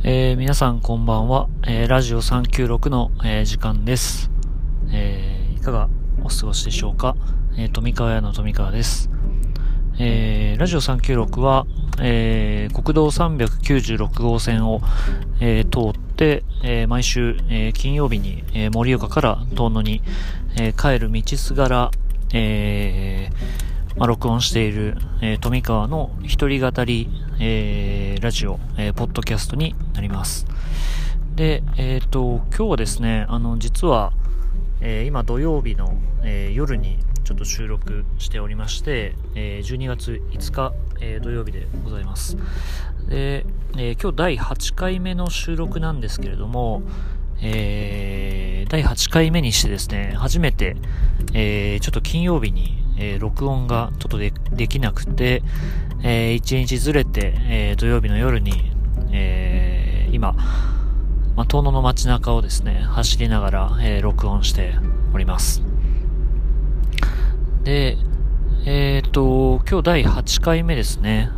皆さんこんばんは。ラジオ396の、時間です。いかがお過ごしでしょうか。富川屋の富川です。ラジオ396は、国道396号線を、通って、毎週、金曜日に、盛岡から遠野に、帰る道すがら、録音している、富川の一人語り、ラジオ、ポッドキャストになります。で、今日はですね、実は、今土曜日の、夜にちょっと収録しておりまして、12月5日、土曜日でございます。で、今日第8回目の収録なんですけれども、第8回目にしてですね、初めて、ちょっと金曜日に録音がちょっと できなくて、1日ずれて、土曜日の夜に、今、遠野の街中をですね、走りながら、録音しております。で、今日第8回目ですね、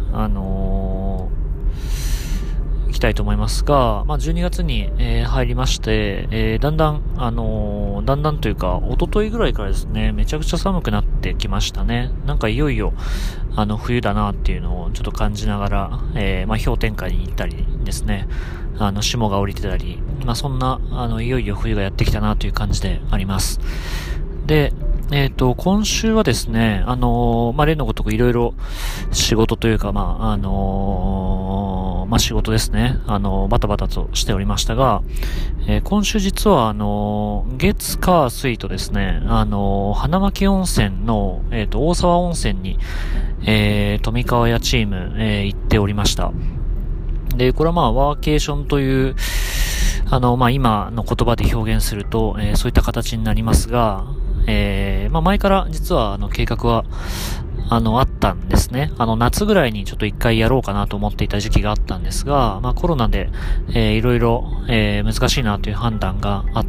行きたいと思いますが、12月に、入りまして、だんだんというか、一昨日ぐらいからですね、めちゃくちゃ寒くなってきましたね。なんかいよいよ、冬だなっていうのをちょっと感じながら、氷点下に行ったりですね、霜が降りてたり、そんな、いよいよ冬がやってきたなという感じであります。で、今週はですね、例のごとくいろいろ仕事というか、仕事ですね。バタバタとしておりましたが、今週実は、月火水とですね、花巻温泉の、大沢温泉に、富川屋チーム、行っておりました。で、これはワーケーションという、今の言葉で表現すると、そういった形になりますが、前から実は計画はあったんですね。夏ぐらいにちょっと一回やろうかなと思っていた時期があったんですが、コロナで、いろいろ、難しいなという判断があって、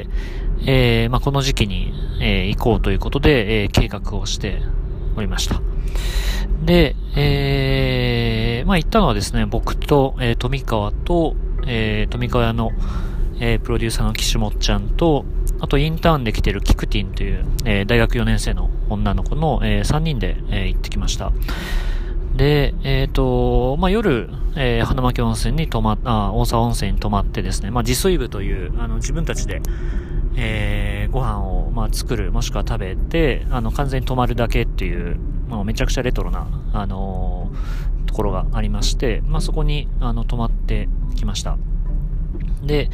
この時期に、行こうということで、計画をしておりました。で、行ったのはですね、僕と、富川と、富川屋の、プロデューサーの岸本ちゃんと、あとインターンで来てるキクティンという、大学4年生の女の子の、3人で、行ってきました。で、夜、花巻温泉に大沢温泉に泊まってですね、自炊部という、自分たちで、ご飯を、作る、もしくは食べて、完全に泊まるだけっていう、めちゃくちゃレトロな、ところがありまして、そこに、泊まってきました。で、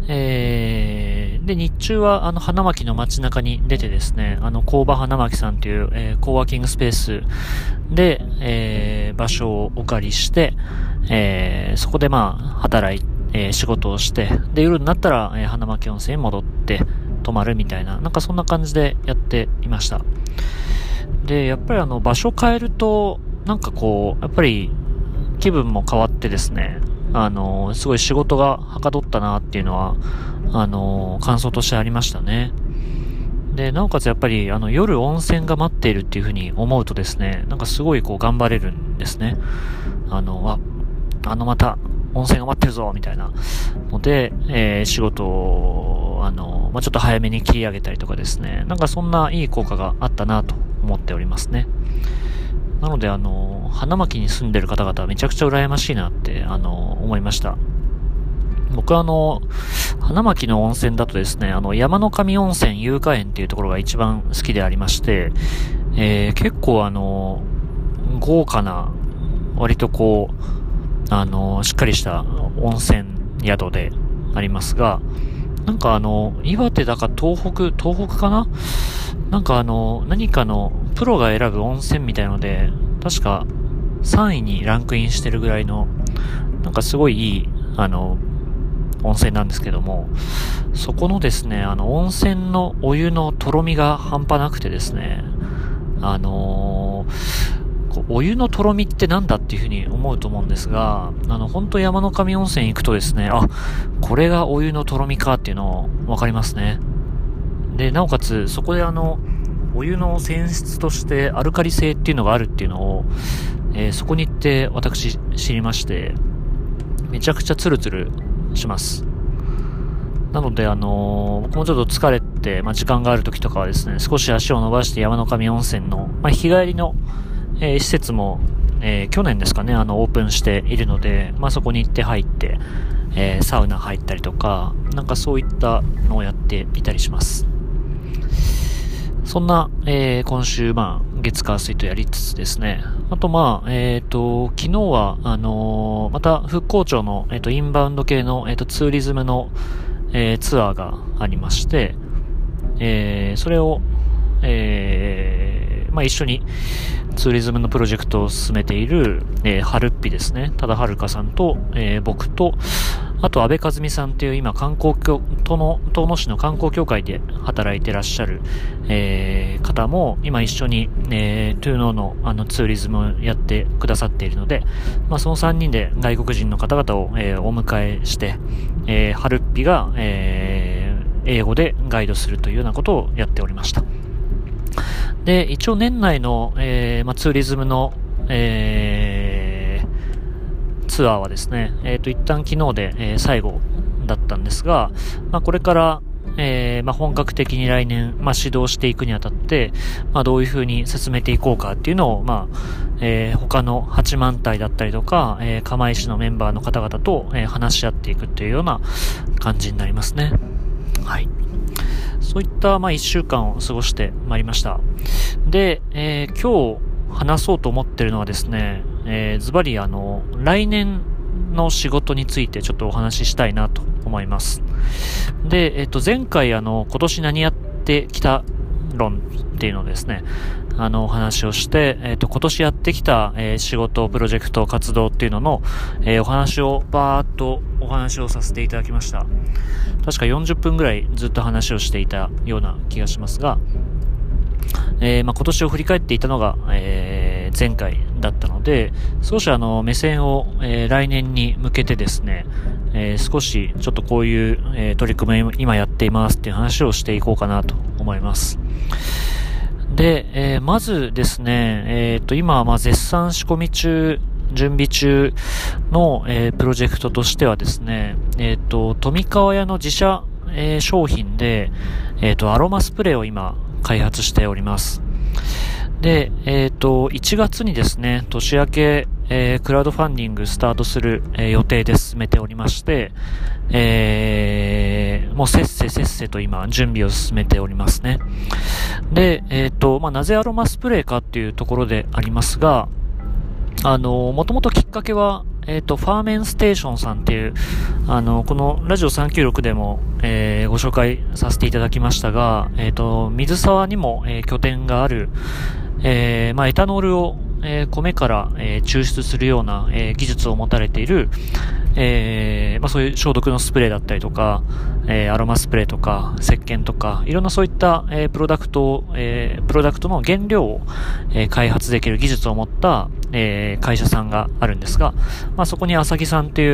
日中は、花巻の街中に出てですね、工場花巻さんという、コーワーキングスペースで、場所をお借りして、そこで働いて、仕事をして、で、夜になったら、花巻温泉に戻って泊まるみたいな、なんかそんな感じでやっていました。で、やっぱり場所変えると、やっぱり気分も変わってですね、すごい仕事がはかどったなっていうのは、感想としてありましたね。で、なおかつやっぱり、夜温泉が待っているっていうふうに思うとですね、なんかすごい頑張れるんですね。また温泉が待ってるぞみたいなので、仕事を、ちょっと早めに切り上げたりとかですね、なんかそんないい効果があったなと思っておりますね。なので花巻に住んでる方々はめちゃくちゃ羨ましいなって思いました。僕は花巻の温泉だとですね、山の神温泉有花園っていうところが一番好きでありまして、結構豪華な、割としっかりした温泉宿でありますが、なんか岩手だか東北かな？なんか何かのプロが選ぶ温泉みたいので、確か3位にランクインしてるぐらいの、なんかすごいいい、温泉なんですけども、そこのですね、温泉のお湯のとろみが半端なくてですね、お湯のとろみってなんだっていうふうに思うと思うんですが、本当山の神温泉行くとですね、これがお湯のとろみかっていうのわかりますね。で、なおかつ、そこでお湯の泉質としてアルカリ性っていうのがあるっていうのを、そこに行って私知りまして、 めちゃくちゃツルツルします。なので僕もちょっと疲れて、時間がある時とかはですね、少し足を伸ばして山の神温泉の、日帰りの、施設も、去年ですかね、オープンしているので、そこに行って入って、サウナ入ったりとか、なんかそういったのをやっていたりします。そんな、今週、月火水とやりつつですね。あと、昨日は、また、復興庁の、インバウンド系の、ツーリズムの、ツアーがありまして、それを、一緒にツーリズムのプロジェクトを進めている、はるっぴですね。多田遥さんと、僕と、あと安倍和美さんっていう今遠野市の観光協会で働いてらっしゃる、方も今一緒に、トゥーノーのツーリズムをやってくださっているので、その3人で外国人の方々を、お迎えして、はるっぴが、英語でガイドするというようなことをやっておりました。で、一応年内の、ツーリズムの、ツアーはですね、一旦昨日で、最後だったんですが、これから、本格的に来年、指導していくにあたって、どういう風に進めていこうかっていうのを、他の八幡平だったりとか、釜石のメンバーの方々と、話し合っていくっていうような感じになりますね。はい。そういった、1週間を過ごしてまいりました。で、今日話そうと思ってるのはですね、ズバリ来年の仕事についてちょっとお話ししたいなと思います。で、前回今年何やってきた論っていうのをですね、お話をして、今年やってきた、仕事、プロジェクト、活動っていうのの、お話をバーっとお話をさせていただきました。確か40分ぐらいずっと話をしていたような気がしますが、今年を振り返っていたのが、前回だったので、少し目線を、来年に向けてですね、少しちょっとこういう、取り組みを今やっていますっていう話をしていこうかなと思います。で、まずですね、今は絶賛仕込み中、準備中の、プロジェクトとしてはですね、富川屋の自社、商品で、アロマスプレーを今開発しております。で、1月にですね、年明け、クラウドファンディングスタートする、予定で進めておりまして、もうせっせと今準備を進めておりますね。で、なぜアロマスプレーかっていうところでありますが、もともときっかけは、ファーメンステーションさんっていう、このラジオ396でも、ご紹介させていただきましたが、水沢にも、拠点がある、エタノールを、米から、抽出するような、技術を持たれている、そういう消毒のスプレーだったりとか、アロマスプレーとか、石鹸とか、いろんなそういった、プロダクトの原料を、開発できる技術を持った、会社さんがあるんですが、そこに浅木さんという、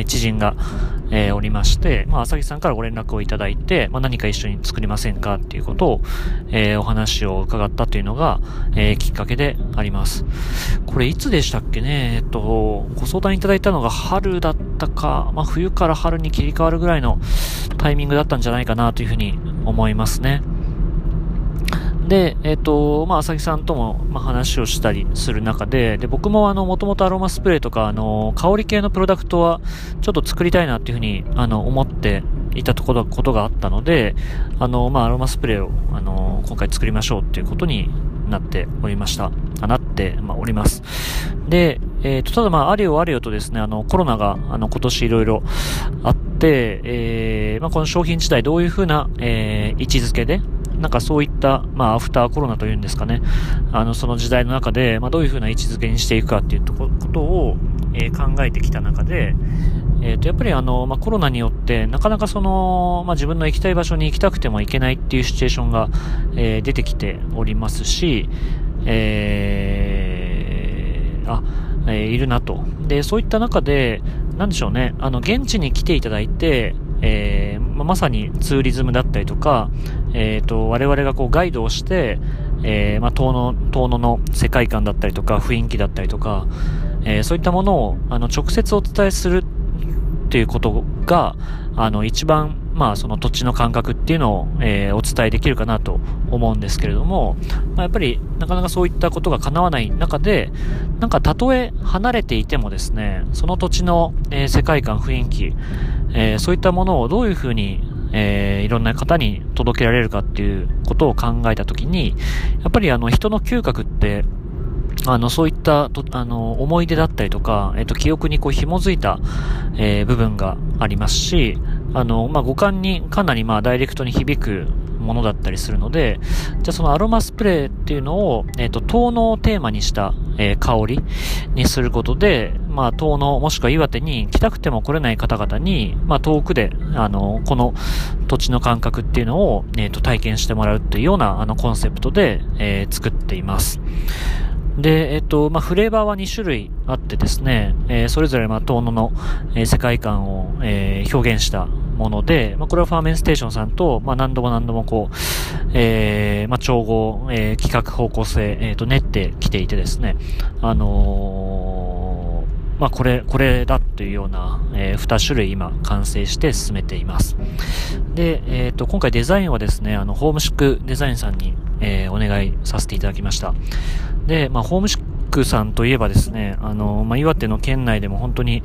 知人が、おりまして、浅木さんからご連絡をいただいて、何か一緒に作りませんかっていうことを、お話を伺ったというのが、きっかけであります。これいつでしたっけね、ご相談いただいたのが春だったか、冬から春に切り替わるぐらいのタイミングだったんじゃないかなというふうに思いますね。で、浅木さんとも、話をしたりする中で、僕ももともとアロマスプレーとか、香り系のプロダクトは、ちょっと作りたいなっていうふうに、思っていたことがあったので、アロマスプレーを、今回作りましょうっていうことになっておりました。おります。で、ただあれよとですね、コロナが、今年いろいろあって、この商品自体どういうふうな、位置づけで、そういった、アフターコロナというんですかね。その時代の中で、どういうふうな位置づけにしていくかっていうことを、考えてきた中で、やっぱりコロナによって、なかなか自分の行きたい場所に行きたくても行けないっていうシチュエーションが、出てきておりますし、いるなと。で、そういった中で、なんでしょうね、現地に来ていただいて、まさにツーリズムだったりとか、我々がガイドをして、遠野の世界観だったりとか、雰囲気だったりとか、 そういったものを、直接お伝えするっていうことが、一番、その土地の感覚っていうのを、お伝えできるかなと思うんですけれども、やっぱり、なかなかそういったことが叶わない中で、たとえ離れていてもですね、その土地の、世界観、雰囲気、そういったものをどういうふうに、いろんな方に届けられるかっていうことを考えたときに、やっぱり人の嗅覚って、そういった思い出だったりとか、記憶に紐づいた、部分がありますし、五感にかなりダイレクトに響くものだったりするので、じゃあそのアロマスプレーっていうのを、遠野をテーマにした、香りにすることで、遠野もしくは岩手に来たくても来れない方々に、遠くで、この土地の感覚っていうのを、体験してもらうっていうような、コンセプトで、作っています。で、フレーバーは2種類あってですね、それぞれ遠野の、世界観を、表現したもので、これはファーメンステーションさんと、何度も調合、企画方向性、練ってきていてですね、これだというような、2種類今完成して進めています。で、今回デザインはですね、ホームシックデザインさんに、お願いさせていただきました。で、ホームシックさんといえばですね、岩手の県内でも本当に、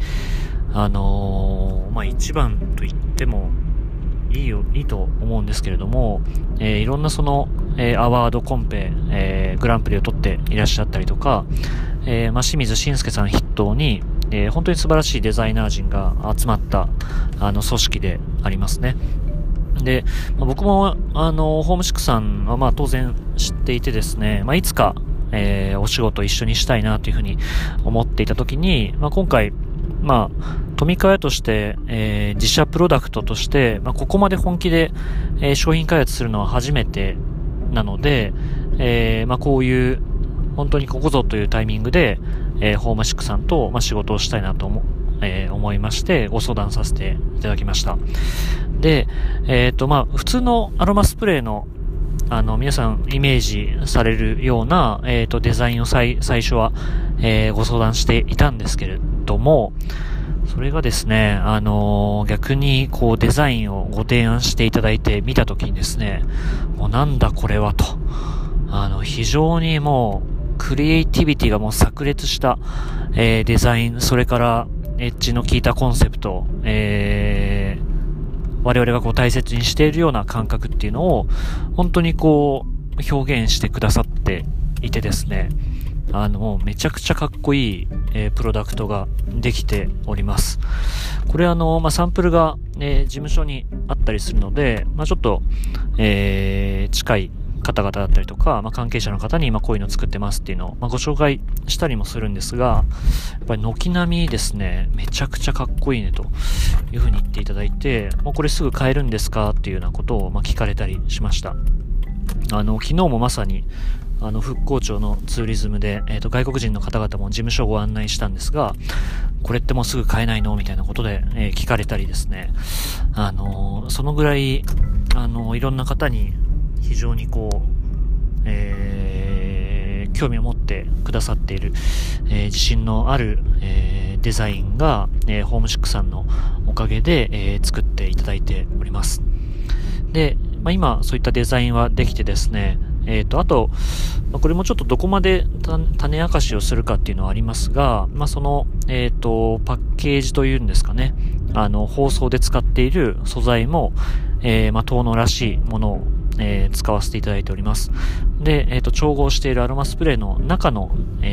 一番と言ってもいいと思うんですけれども、いろんなアワードコンペ、グランプリを取っていらっしゃったりとか、清水慎介さん筆頭に、本当に素晴らしいデザイナー陣が集まった、組織でありますね。で、僕も、ホームシックさんは当然知っていてですね、いつか、お仕事一緒にしたいなというふうに思っていたときに、今回、富川屋として、自社プロダクトとして、ここまで本気で、商品開発するのは初めてなので、こういう本当にここぞというタイミングで、ホームシックさんと、仕事をしたいなと思いましてご相談させていただきました。で、普通のアロマスプレーの皆さんイメージされるような、デザインを最初は、ご相談していたんですけれども、それがですね、逆にデザインをご提案していただいて見たときにですね、もうなんだこれはと、非常にもうクリエイティビティがもう炸裂した、デザイン、それからエッジの効いたコンセプト、我々が大切にしているような感覚っていうのを本当に表現してくださっていてですね、もうめちゃくちゃかっこいい、プロダクトができております。これサンプルが、事務所にあったりするので、ちょっと、近い方々だったりとか、関係者の方にこういうの作ってますっていうのを、ご紹介したりもするんですが、やっぱり軒並みですね、めちゃくちゃかっこいいねというふうに言っていただいて、もうこれすぐ買えるんですかっていうようなことを聞かれたりしました。昨日もまさに復興庁のツーリズムで、外国人の方々も事務所をご案内したんですが、これってもうすぐ買えないのみたいなことで、聞かれたりですね、そのぐらいいろんな方に非常に興味を持ってくださっている、自信のある、デザインが、ホームシックさんのおかげで、作っていただいております。で、今そういったデザインはできてですね、あと、これもちょっとどこまで種明かしをするかっていうのはありますが、その、パッケージというんですかね、包装で使っている素材も、遠野らしいものを、使わせていただいております。で、調合しているアロマスプレーの中の、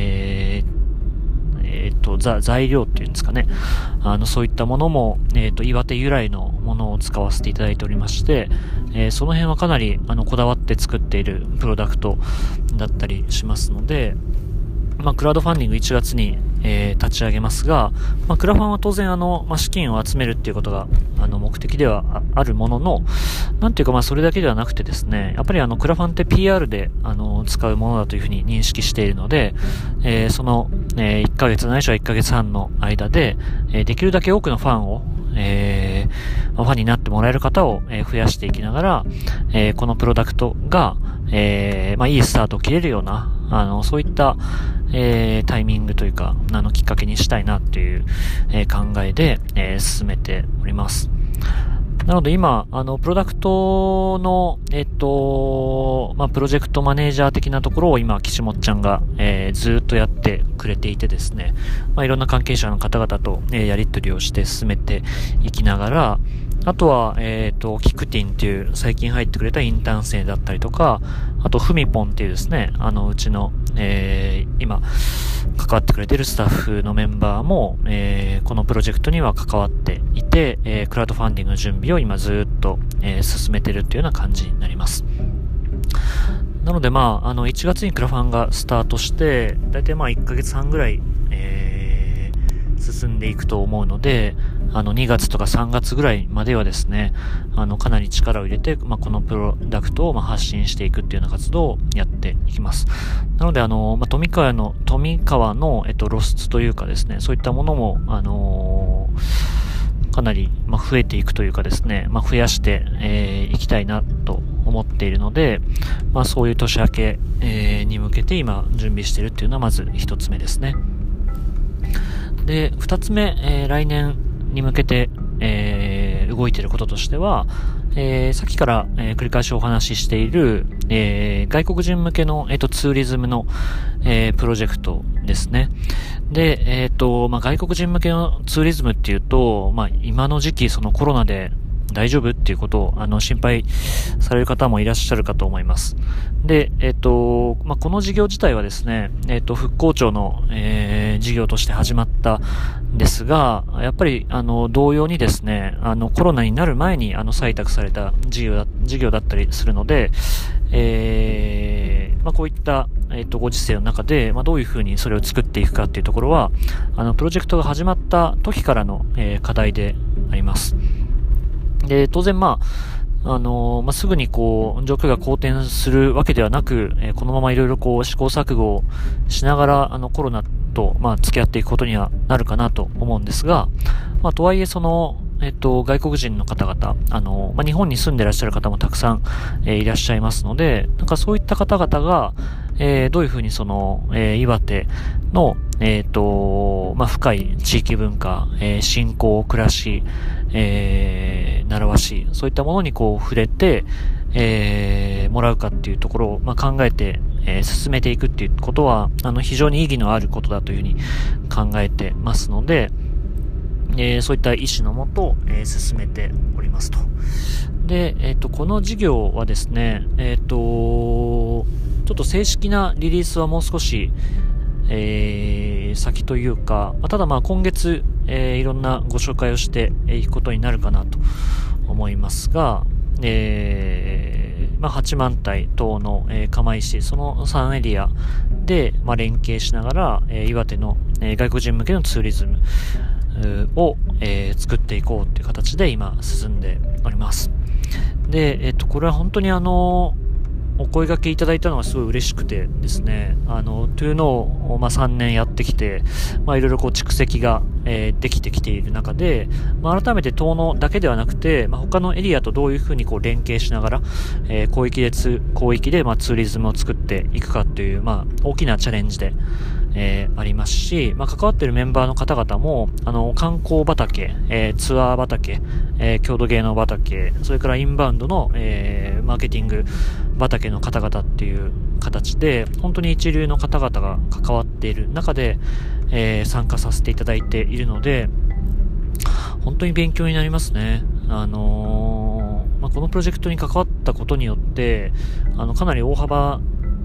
材料っていうんですかね。そういったものも、岩手由来のものを使わせていただいておりまして、その辺はかなり、こだわって作っているプロダクトだったりしますので、クラウドファンディング1月に、立ち上げますが、クラファンは当然資金を集めるっていうことが、目的ではあるものの、なんていうかそれだけではなくてですね、やっぱりクラファンって PR で、使うものだというふうに認識しているので、その、1ヶ月ないしは1ヶ月半の間で、できるだけ多くのファンを、ファンになってもらえる方を、増やしていきながら、このプロダクトが、いいスタートを切れるような、 そういった、タイミングというか、きっかけにしたいなっていう、考えで、進めております。なので今、プロダクトの、プロジェクトマネージャー的なところを今、岸本ちゃんが、ずっとやってくれていてですね、いろんな関係者の方々と、やり取りをして進めていきながら、あとは、キクティンっていう最近入ってくれたインターン生だったりとか、あと、フミポンっていうですね、うちの、今、関わってくれているスタッフのメンバーも、このプロジェクトには関わっていて、クラウドファンディングの準備を今ずっと、進めているっていうような感じになります。なので1月にクラファンがスタートして、だいたい1ヶ月半ぐらい、進んでいくと思うので、2月とか3月ぐらいまではですね、かなり力を入れて、このプロダクトを発信していくっていうような活動をやっていきます。なので、富川の、露出というかですね、そういったものも、かなり、増えていくというかですね、増やしていきたいなと思っているので、そういう年明け、に向けて今準備しているっていうのはまず一つ目ですね。で、二つ目、来年に向けて、動いていることとしては、さっきから、繰り返しお話ししている、外国人向けの、ツーリズムの、プロジェクトですね。で、外国人向けのツーリズムっていうと、今の時期そのコロナで大丈夫っていうことを心配される方もいらっしゃるかと思います。で、この事業自体はですね、復興庁の、事業として始まったんですが、やっぱり同様にですね、コロナになる前に採択された事業だったりするので、こういった、ご時世の中で、どういうふうにそれを作っていくかっていうところは、プロジェクトが始まった時からの、課題であります。で、当然すぐに状況が好転するわけではなく、このままいろいろ試行錯誤をしながら、コロナと、付き合っていくことにはなるかなと思うんですが、とはいえ外国人の方々、日本に住んでいらっしゃる方もたくさん、いらっしゃいますので、そういった方々が、どういうふうに岩手の、深い地域文化、信仰、暮らし、習わし、そういったものに触れて、もらうかっていうところを、考えて、進めていくっていうことは、非常に意義のあることだというふうに考えてますので、そういった意思のもと、進めておりますと。で、この事業はですね、ちょっと正式なリリースはもう少し、先というか、ただ今月、いろんなご紹介をしていくことになるかなと思いますが、八幡平等の、釜石、その3エリアで、連携しながら、岩手の、外国人向けのツーリズムを、作っていこうという形で今進んでおります。で、これは本当にお声掛けいただいたのがすごい嬉しくてですね、というのを、3年やってきて、いろいろ蓄積が、できてきている中で、改めて遠野だけではなくて、他のエリアとどういうふうに連携しながら、広域でツーリズムを作っていくかという、大きなチャレンジで、ありますし、関わっているメンバーの方々も、観光畑、ツアー畑、郷土芸能畑、それからインバウンドの、マーケティング畑の方々っていう形で、本当に一流の方々が関わっている中で、参加させていただいているので、本当に勉強になりますね。このプロジェクトに関わったことによって、かなり大幅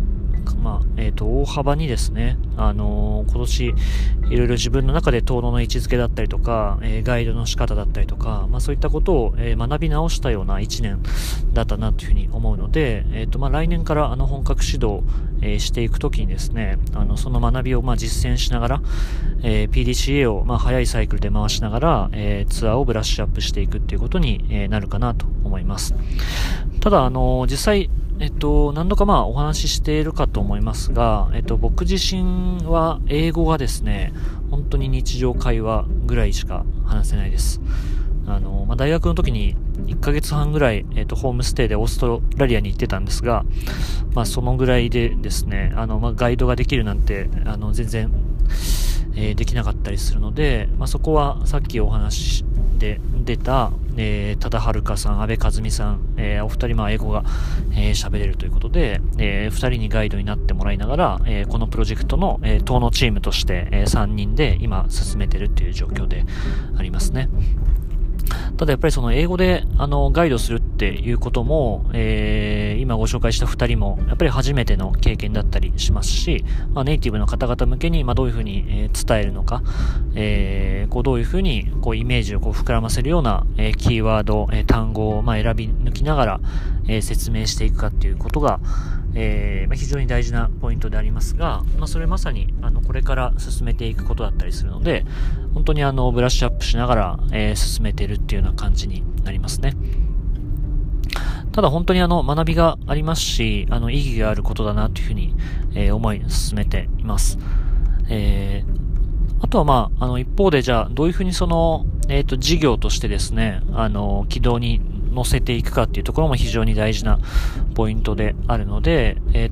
にですね、今年、いろいろ自分の中で遠野の位置づけだったりとか、ガイドの仕方だったりとか、そういったことを、学び直したような一年だったなというふうに思うので、来年から本格指導、していくときにですね、その学びを実践しながら、PDCA を早いサイクルで回しながら、ツアーをブラッシュアップしていくっていうことに、なるかなと思います。ただ、実際、何度かお話ししているかと思いますが、僕自身は英語がですね、本当に日常会話ぐらいしか話せないです。大学の時に、 1ヶ月半ぐらい、ホームステイでオーストラリアに行ってたんですが、そのぐらいでですね、ガイドができるなんて、全然、できなかったりするので、そこはさっきお話で出た、多田遥さん、安倍和美さん、お二人英語が喋れるということで、二人にガイドになってもらいながら、このプロジェクトの、党のチームとして、3人で今進めてるっていう状況でありますね。ただやっぱりその英語でガイドするっていうことも、今ご紹介した2人もやっぱり初めての経験だったりしますし、ネイティブの方々向けにどういうふうに伝えるのか、どういうふうにイメージを膨らませるようなキーワード、単語を選び抜きながら説明していくかっていうことが非常に大事なポイントでありますが、それまさにこれから進めていくことだったりするので、本当にブラッシュアップしながら進めているっていうような感じになりますね。ただ本当に学びがありますし、意義があることだなというふうに思い進めています。あとは一方でじゃあどういうふうにその事業としてですね軌道に乗せていくかっていうところも非常に大事なポイントであるので、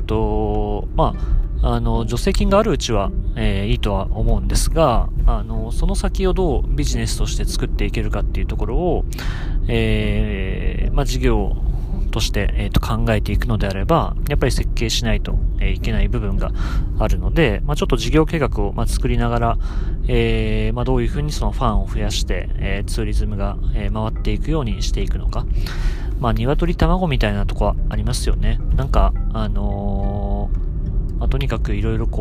助成金があるうちはいいとは思うんですが、その先をどうビジネスとして作っていけるかっていうところを、事業として、考えていくのであれば、やっぱり設計しないと、いけない部分があるので、ちょっと事業計画を、作りながら、どういうふうにそのファンを増やして、ツーリズムが、回っていくようにしていくのか。鶏卵みたいなとこはありますよね。なんか、とにかくいろいろ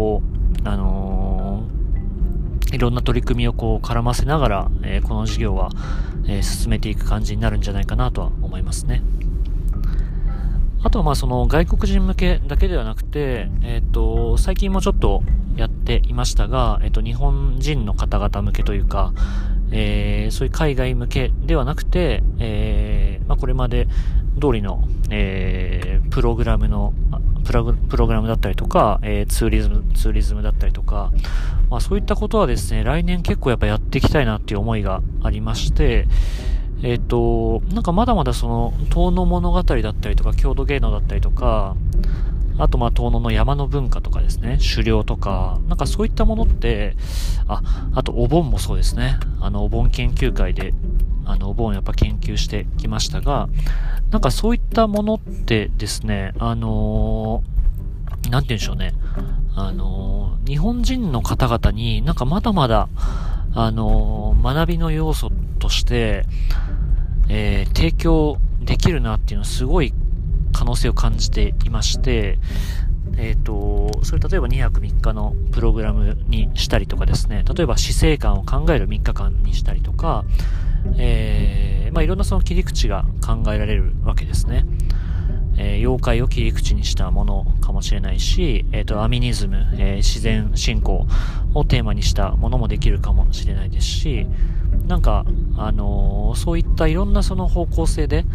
いろんな取り組みを絡ませながら、この事業は、進めていく感じになるんじゃないかなとは思いますね。あとはその外国人向けだけではなくて、最近もちょっとやっていましたが、日本人の方々向けというか、そういう海外向けではなくて、これまで通りの、プログラムだったりとか、ツーリズムだったりとか、そういったことはですね、来年結構やっぱやっていきたいなっていう思いがありまして、なんかまだまだその、遠野物語だったりとか、郷土芸能だったりとか、あと遠野の山の文化とかですね、狩猟とか、なんかそういったものって、あとお盆もそうですね。お盆研究会で、お盆やっぱ研究してきましたが、なんかそういったものってですね、なんて言うんでしょうね。日本人の方々になんかまだまだ、学びの要素として、提供できるなっていうのはすごい可能性を感じていまして、それ例えば2泊3日のプログラムにしたりとかですね、例えば死生観を考える3日間にしたりとか、いろんなその切り口が考えられるわけですね。妖怪を切り口にしたものかもしれないし、アミニズム、自然信仰をテーマにしたものもできるかもしれないですし、なんか、そういったいろんなその方向性で、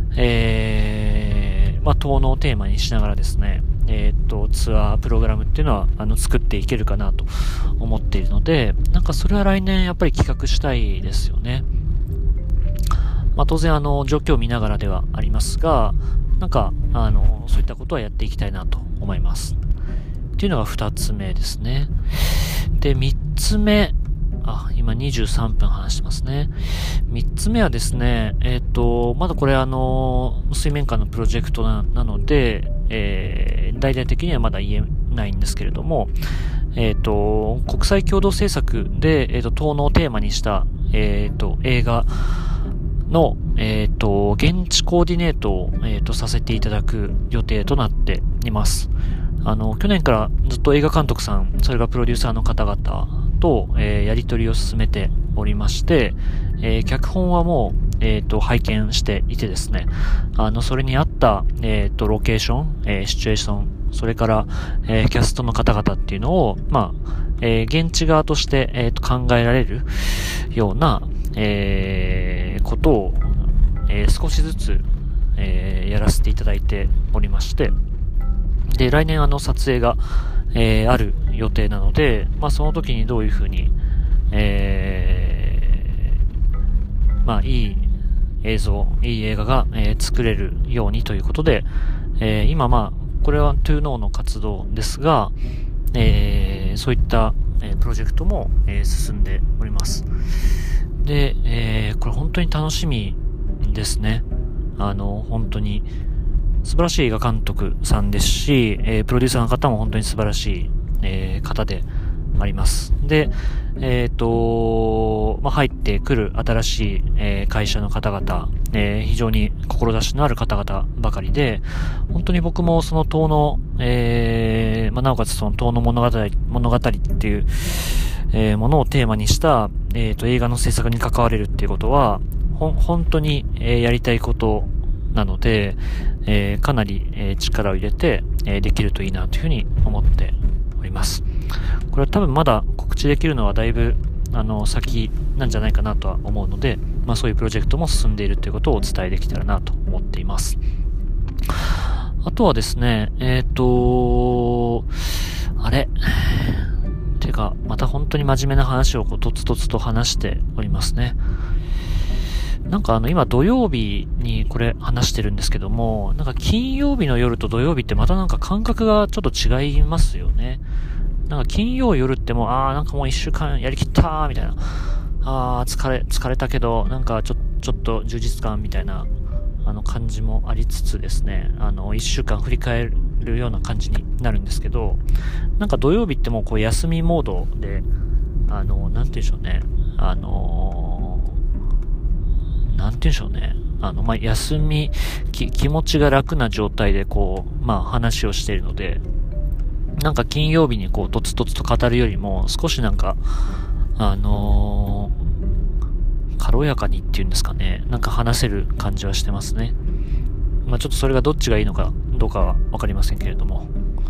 遠野をテーマにしながらですね、ツアープログラムっていうのは、作っていけるかなと思っているので、なんかそれは来年やっぱり企画したいですよね。当然状況を見ながらではありますが、なんか、そういったことはやっていきたいなと思います。っていうのが2つ目ですね。で、3つ目、今23分話してますね。3つ目はですね、まだこれ水面下のプロジェクトなので、大々的にはまだ言えないんですけれども、国際共同制作で、遠野をテーマにした、映画の、現地コーディネートを、させていただく予定となっています。去年からずっと映画監督さん、それがプロデューサーの方々と、やり取りを進めておりまして、脚本はもう、拝見していてですね、それに合った、ロケーション、シチュエーション、それから、キャストの方々っていうのを、現地側として、考えられるような、ことを、少しずつ、やらせていただいておりまして、で、来年撮影が、ある予定なので、その時にどういうふうに、いい映像、いい映画が、作れるようにということで、今これは TOKNOW の活動ですが、そういった、プロジェクトも、進んでおります。で、これ本当に楽しみですね。本当に素晴らしい映画監督さんですし、プロデューサーの方も本当に素晴らしい、方であります。で、入ってくる新しい、会社の方々、非常に志のある方々ばかりで、本当に僕もその遠野、なおかつその遠野物語っていう、ものをテーマにした、映画の制作に関われるっていうことは、本当に、やりたいことなので、かなり、力を入れて、できるといいなというふうに思っております。これは多分まだ告知できるのはだいぶ先なんじゃないかなとは思うので、そういうプロジェクトも進んでいるということをお伝えできたらなと思っています。あとはですね、てかまた本当に真面目な話をとつとつと話しておりますね。今土曜日にこれ話してるんですけども、金曜日の夜と土曜日ってまた感覚がちょっと違いますよね。金曜夜ってもう、もう一週間やりきったーみたいな。疲れたけど、ちょっと充実感みたいな、感じもありつつですね、一週間振り返るような感じになるんですけど、土曜日ってもう休みモードで、なんて言うんでしょうね、休み、気持ちが楽な状態で話をしているので、金曜日にとつとつと語るよりも、少し軽やかにっていうんですかね、話せる感じはしてますね。ちょっとそれがどっちがいいのかどうかはわかりませんけれども。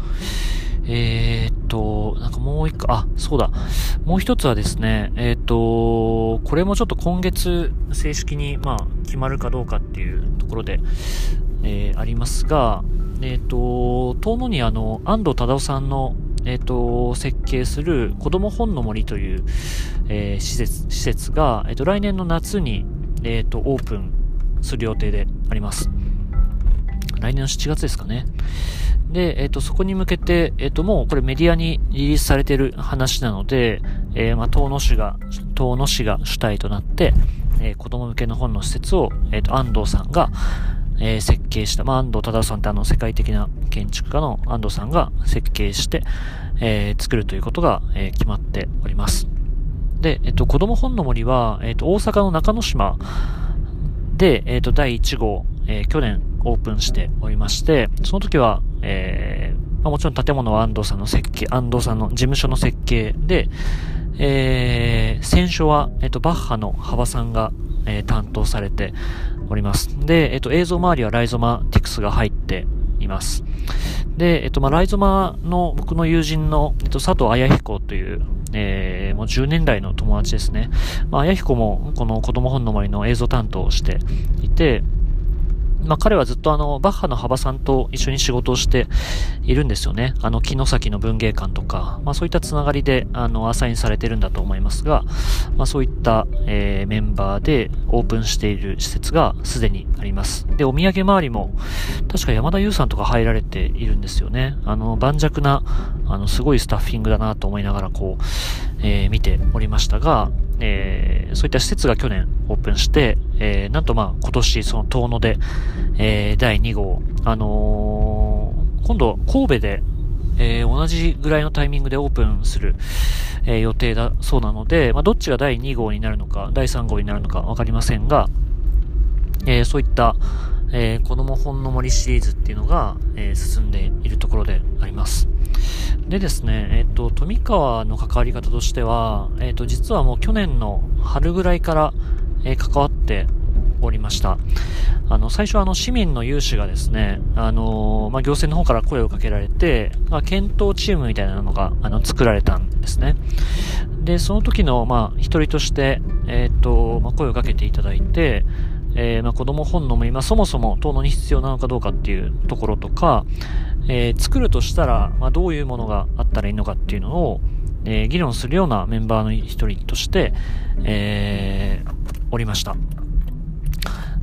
もう一個、そうだ。もう一つはですね、これもちょっと今月正式に、決まるかどうかっていうところで、ありますが、遠野に安藤忠雄さんの、設計する子供本の森という、施設が、来年の夏に、オープンする予定であります。来年の7月ですかね。で、そこに向けて、もうこれメディアにリリースされている話なので、遠野市が主体となって、子供向けの本の施設を、安藤さんが、設計した、安藤忠雄さんって世界的な建築家の安藤さんが設計して、作るということが、決まっております。で、子供本の森は、大阪の中之島で、第1号、去年オープンしておりまして、その時は、もちろん建物は安藤さんの事務所の設計で、選書は、バッハの幅さんが、担当されております。で、映像周りはライゾマティクスが入っています。で、ライゾマの僕の友人の、佐藤綾彦という、もう10年来の友達ですね。綾彦もこの子供本の森の映像担当をしていて、彼はずっとバッハの幅さんと一緒に仕事をしているんですよね。城崎の文芸館とか、そういったつながりで、アサインされてるんだと思いますが、そういった、メンバーでオープンしている施設がすでにあります。で、お土産周りも、確か山田優さんとか入られているんですよね。盤石な、すごいスタッフィングだなと思いながら、見ておりましたが、そういった施設が去年オープンして、なんと今年その遠野で、第2号、今度神戸で、同じぐらいのタイミングでオープンする、予定だそうなので、どっちが第2号になるのか第3号になるのかわかりませんが、そういった、子供本の森シリーズっていうのが、進んでいるところであります。でですね、富川の関わり方としては、実はもう去年の春ぐらいから、関わっておりました。最初は市民の有志がですね、行政の方から声をかけられて、検討チームみたいなのが、作られたんですね。で、その時の、一人として、声をかけていただいて、子供本の森、そもそも遠野に必要なのかどうかっていうところとか、作るとしたら、どういうものがあったらいいのかっていうのを、議論するようなメンバーの一人として、おりました。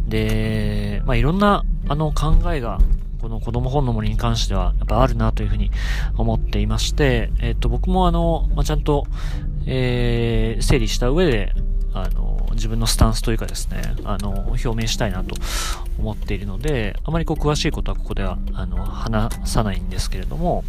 で、いろんな、考えが、この子供本の森に関しては、やっぱあるなというふうに思っていまして、僕もちゃんと、整理した上で、自分のスタンスというかですね、表明したいなと思っているので、あまり詳しいことはここでは、話さないんですけれども、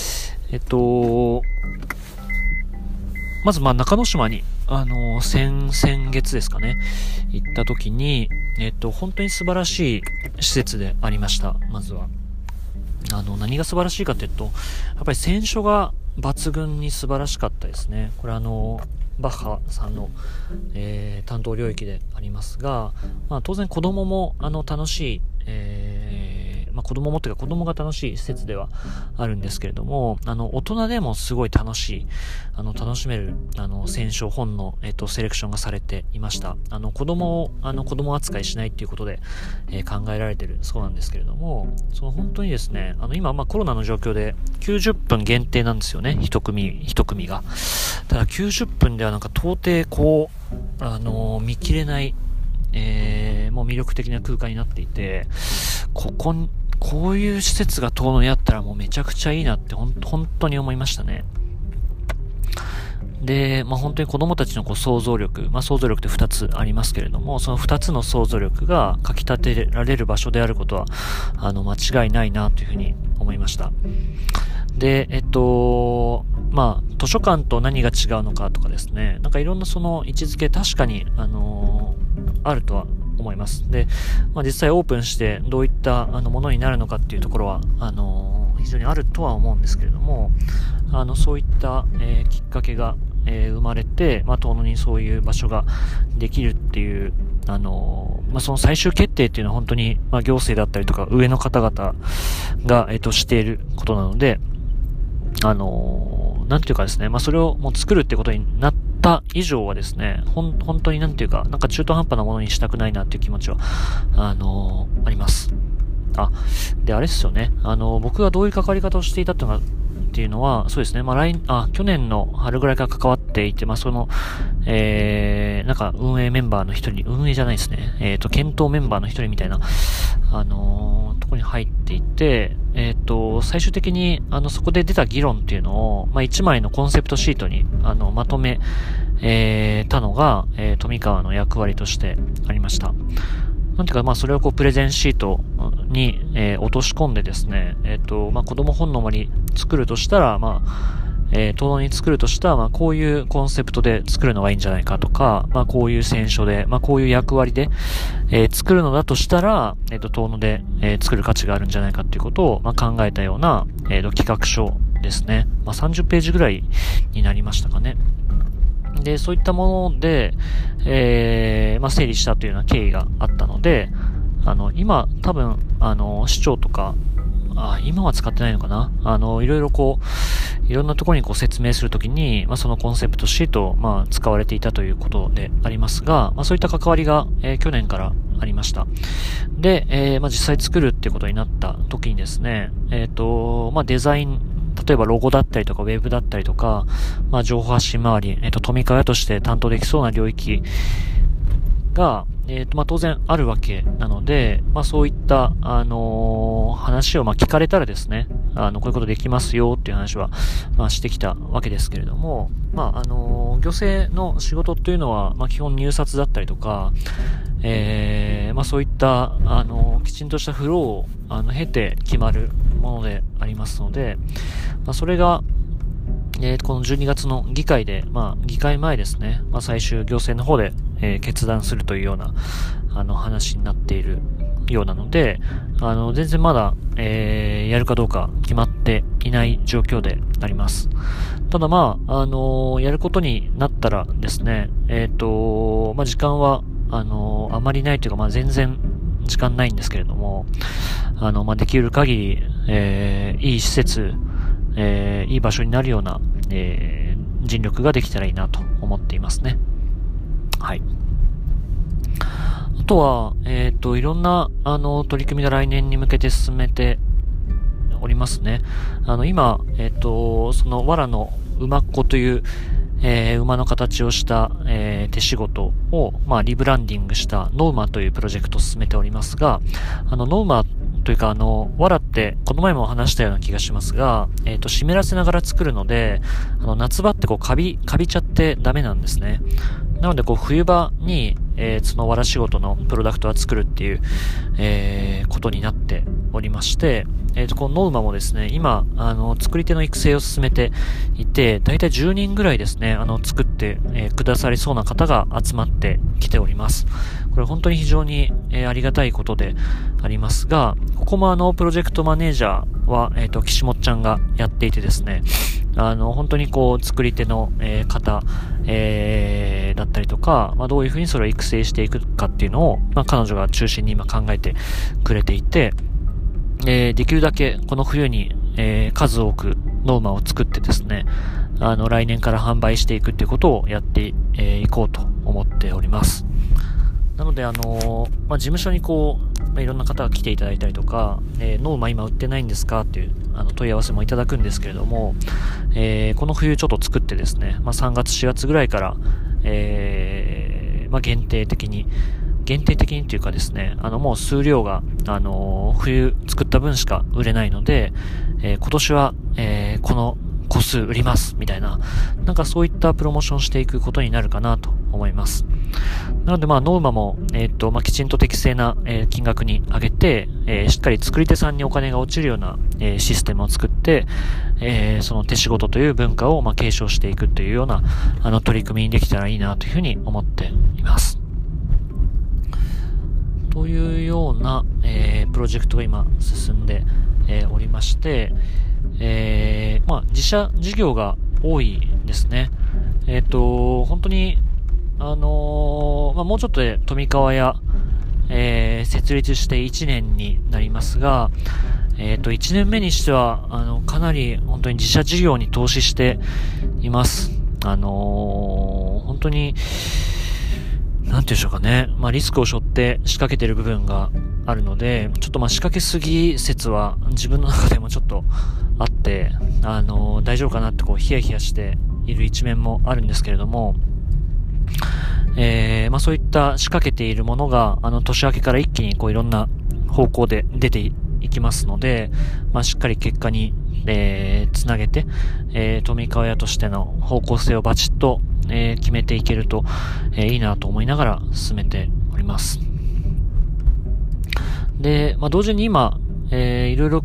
まず中之島に、先月ですかね、行った時に、本当に素晴らしい施設でありました、まずは。何が素晴らしいかというと、やっぱり選書が抜群に素晴らしかったですね。これバッハさんの、担当領域でありますが、当然子供も楽しい、子供もというか子供が楽しい施設ではあるんですけれども、大人でもすごい楽しい、楽しめる、選書本の、セレクションがされていました。子供扱いしないっていうことで、考えられているそうなんですけれども、本当にですね、今、コロナの状況で90分限定なんですよね、一組が。ただ90分では到底見切れない、もう魅力的な空間になっていて、こういう施設が遠野にあったらもうめちゃくちゃいいなって本当に思いましたね。で、本当に子供たちの想像力、想像力って2つありますけれども、その2つの想像力がかき立てられる場所であることは、間違いないなというふうに思いました。で、図書館と何が違うのかとかですね、いろんな位置づけ確かに、あるとは思います。で、実際オープンしてどういったものになるのかっていうところは非常にあるとは思うんですけれども、そういった、きっかけが、生まれて、遠野にそういう場所ができるっていうその最終決定っていうのは本当に、行政だったりとか上の方々がしていることなので、なんていうかですね、それをもう作るってことになった以上はですね、本当に中途半端なものにしたくないなっていう気持ちは、あります。で、あれですよね。僕がどういう関わり方をしていたっていうのは、そうですね。去年の春ぐらいから関わっていて、運営メンバーの一人、運営じゃないですね。検討メンバーの一人みたいな、とこに入っていて、最終的に、そこで出た議論っていうのを、一枚のコンセプトシートに、まとめ、たのが、富川の役割としてありました。なんていうか、それをプレゼンシートに、落とし込んでですね、子供本の森作るとしたら、遠野に作るとしたら、こういうコンセプトで作るのがいいんじゃないかとか、こういう選書で、こういう役割で、作るのだとしたら、遠野で、作る価値があるんじゃないかっていうことを、考えたような、企画書ですね。30ページぐらいになりましたかね。で、そういったもので、整理したというような経緯があったので、今、多分、市長とか、今は使ってないのかな、いろんなところに説明するときに、そのコンセプトシートを、使われていたということでありますが、そういった関わりが、去年からありました。で、実際作るっていうことになった時にですね、デザイン、例えばロゴだったりとかウェブだったりとか、情報発信周り、富川として担当できそうな領域が、当然あるわけなので、そういった、話を聞かれたらですね、こういうことできますよっていう話は、してきたわけですけれども、行政の仕事っていうのは、基本入札だったりとか、そういった、きちんとしたフローを、経て決まるものでありますので、それが、この12月の議会で、議会前ですね、最終行政の方で、決断するというような、話になっているようなので、全然まだ、やるかどうか決まっていない状況であります。ただやることになったらですね、時間は、あまりないというか、全然時間ないんですけれども、できる限り、いい施設、いい場所になるような、尽力ができたらいいなと思っていますね。はい。あとは、いろんな、取り組みが来年に向けて進めておりますね。今、その、藁の馬っ子という、 馬の形をした、手仕事を、リブランディングしたノウマというプロジェクトを進めておりますが、ノウマというか、藁って、この前も話したような気がしますが、湿らせながら作るので、夏場ってカビちゃってダメなんですね。なので、冬場に、その藁仕事のプロダクトを作るっていう、ことになっておりまして、このノウマもですね、今、作り手の育成を進めていて、だいたい10人ぐらいですね、作って、くださりそうな方が集まってきております。これ本当に非常に、ありがたいことでありますが、ここもプロジェクトマネージャーは、岸本ちゃんがやっていてですね、本当に作り手の、方、だったりとか、どういうふうにそれを育成していくかっていうのを、彼女が中心に今考えてくれていて、できるだけこの冬に、数多くノウマを作ってですね、来年から販売していくっていうことをやっていこうと思っております。なので事務所にいろんな方が来ていただいたりとか、ノウマ今売ってないんですかっていう問い合わせもいただくんですけれども、この冬ちょっと作ってですね、3月4月ぐらいから、限定的にっていうかですね、もう数量が、冬作った分しか売れないので、今年は、この個数売ります、みたいな、そういったプロモーションしていくことになるかなと思います。なので、ノウマも、きちんと適正な、金額に上げて、しっかり作り手さんにお金が落ちるような、システムを作って、その手仕事という文化を、継承していくというような、取り組みにできたらいいなというふうに思っています。というような、プロジェクトが今進んで、おりまして、自社事業が多いですね。本当に、もうちょっとで富川屋、設立して1年になりますが、1年目にしては、かなり本当に自社事業に投資しています。本当に、なんていうんでしょうかね。リスクを背負って仕掛けている部分があるので、ちょっと仕掛けすぎ説は自分の中でもちょっとあって、大丈夫かなってヒヤヒヤしている一面もあるんですけれども、そういった仕掛けているものが、年明けから一気にいろんな方向で出ていきますので、しっかり結果に、つなげて、富川屋としての方向性をバチッと、決めていけると、いいなと思いながら進めております。で、同時に今、いろいろ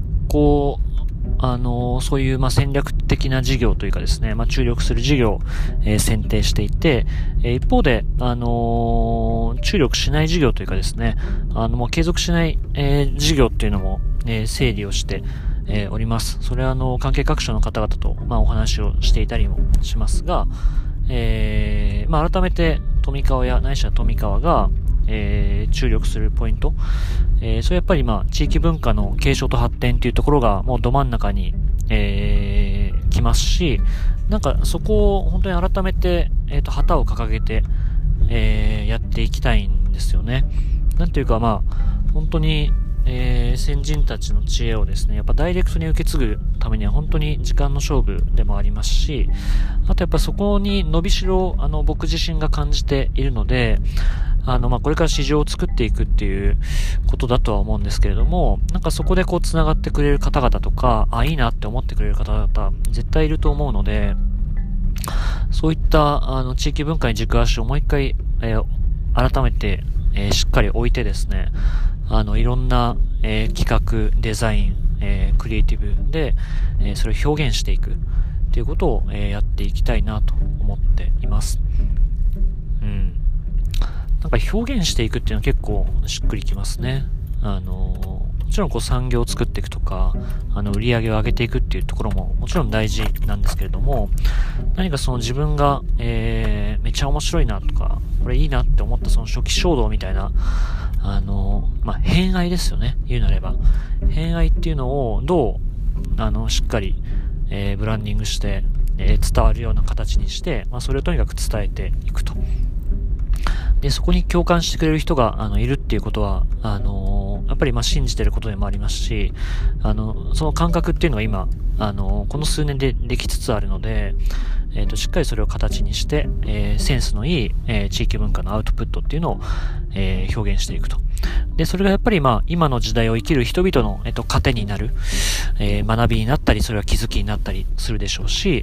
そういう戦略的な事業というかですね、注力する事業を、選定していて、一方で、注力しない事業というかですね、もう継続しない、事業っていうのも、整理をして、おります。それは関係各所の方々と、お話をしていたりもしますが、改めて富川やないしは富川が、注力するポイント、それやっぱり地域文化の継承と発展というところがもうど真ん中に、来ますし、そこを本当に改めて、旗を掲げて、やっていきたいんですよね。なんていうか本当に、先人たちの知恵をですね、やっぱダイレクトに受け継ぐためには本当に時間の勝負でもありますし、あとやっぱそこに伸びしろを僕自身が感じているので、これから市場を作っていくっていうことだとは思うんですけれども、そこで繋がってくれる方々とか、いいなって思ってくれる方々絶対いると思うので、そういった地域文化に軸足をもう一回、改めて、しっかり置いてですね、いろんな、企画、デザイン、クリエイティブで、それを表現していくっていうことを、やっていきたいなと思っています。表現していくっていうのは結構しっくりきますね。もちろん産業を作っていくとか、売り上げを上げていくっていうところももちろん大事なんですけれども、何か自分が、めっちゃ面白いなとか、これいいなって思ったその初期衝動みたいな、偏愛ですよね。言うなれば。偏愛っていうのをどう、しっかり、ブランディングして、伝わるような形にして、それをとにかく伝えていくと。で、そこに共感してくれる人が、いるっていうことは、 やっぱり信じてることでもありますし、その感覚っていうのは今、この数年でできつつあるので、しっかりそれを形にして、センスのいい、地域文化のアウトプットっていうのを、表現していくと。で、それがやっぱり今の時代を生きる人々の、糧になる、学びになったり、それは気づきになったりするでしょうし、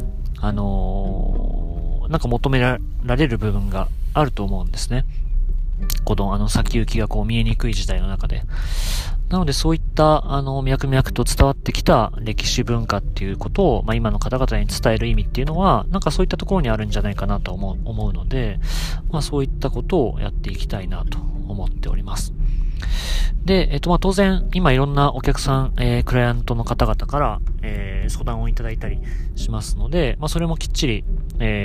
なんか求められる部分があると思うんですね。この先行きが見えにくい時代の中で。なのでそういった脈々と伝わってきた歴史文化っていうことを、今の方々に伝える意味っていうのは、なんかそういったところにあるんじゃないかなと思うので、そういったことをやっていきたいなと思っております。で、当然、今いろんなお客さん、クライアントの方々から、相談をいただいたりしますので、それもきっちり、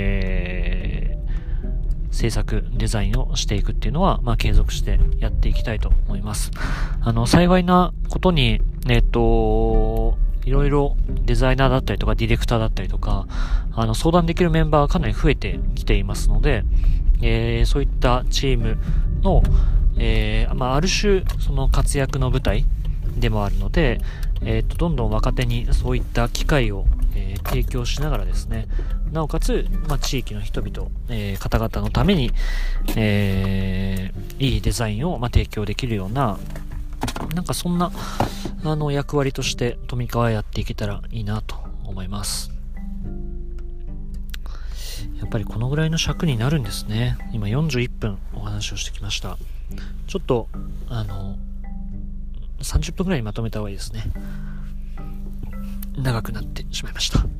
制作、デザインをしていくっていうのは、継続してやっていきたいと思います。幸いなことに、いろいろデザイナーだったりとか、ディレクターだったりとか、相談できるメンバーがかなり増えてきていますので、そういったチームの、ある種、その活躍の舞台でもあるので、どんどん若手にそういった機会を、提供しながらですね、なおかつ、地域の人々、方々のために、いいデザインを、提供できるような、なんかそんな、役割として富川はやっていけたらいいなと思います。やっぱりこのぐらいの尺になるんですね。今41分お話をしてきました。ちょっと、30分ぐらいにまとめた方がいいですね。長くなってしまいました。はい。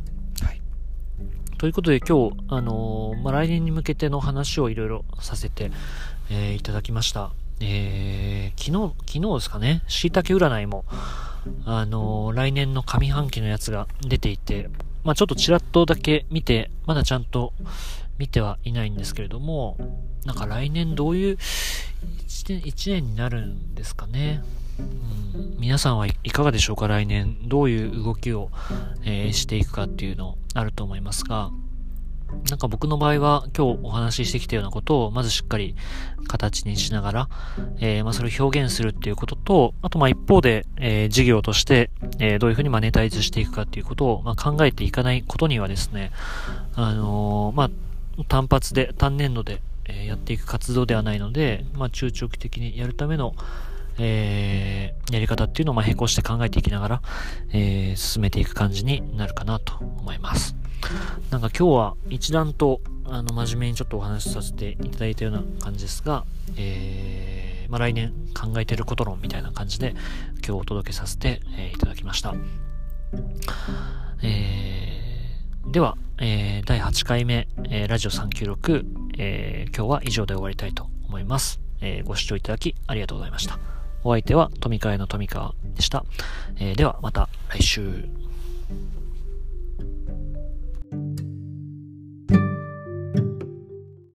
ということで今日、来年に向けての話をいろいろさせて、いただきました。昨日ですかね、椎茸占いも、来年の上半期のやつが出ていて、ちょっとちらっとだけ見て、まだちゃんと見てはいないんですけれども、なんか来年どういう一年になるんですかね。皆さんはいかがでしょうか。来年どういう動きを、していくかっていうのあると思いますが、なんか僕の場合は今日お話ししてきたようなことをまずしっかり形にしながら、それを表現するっていうことと、あと一方で、事業として、どういうふうにマネタイズしていくかっていうことを、考えていかないことにはですね、単発で単年度で、やっていく活動ではないので、中長期的にやるためのやり方っていうのを並行して考えていきながら、進めていく感じになるかなと思います。なんか今日は一段と真面目にちょっとお話しさせていただいたような感じですが、来年考えていること論みたいな感じで今日お届けさせて、いただきました。では、第8回目、ラジオ396、今日は以上で終わりたいと思います。ご視聴いただきありがとうございました。お相手は富川の富川でした。ではまた来週。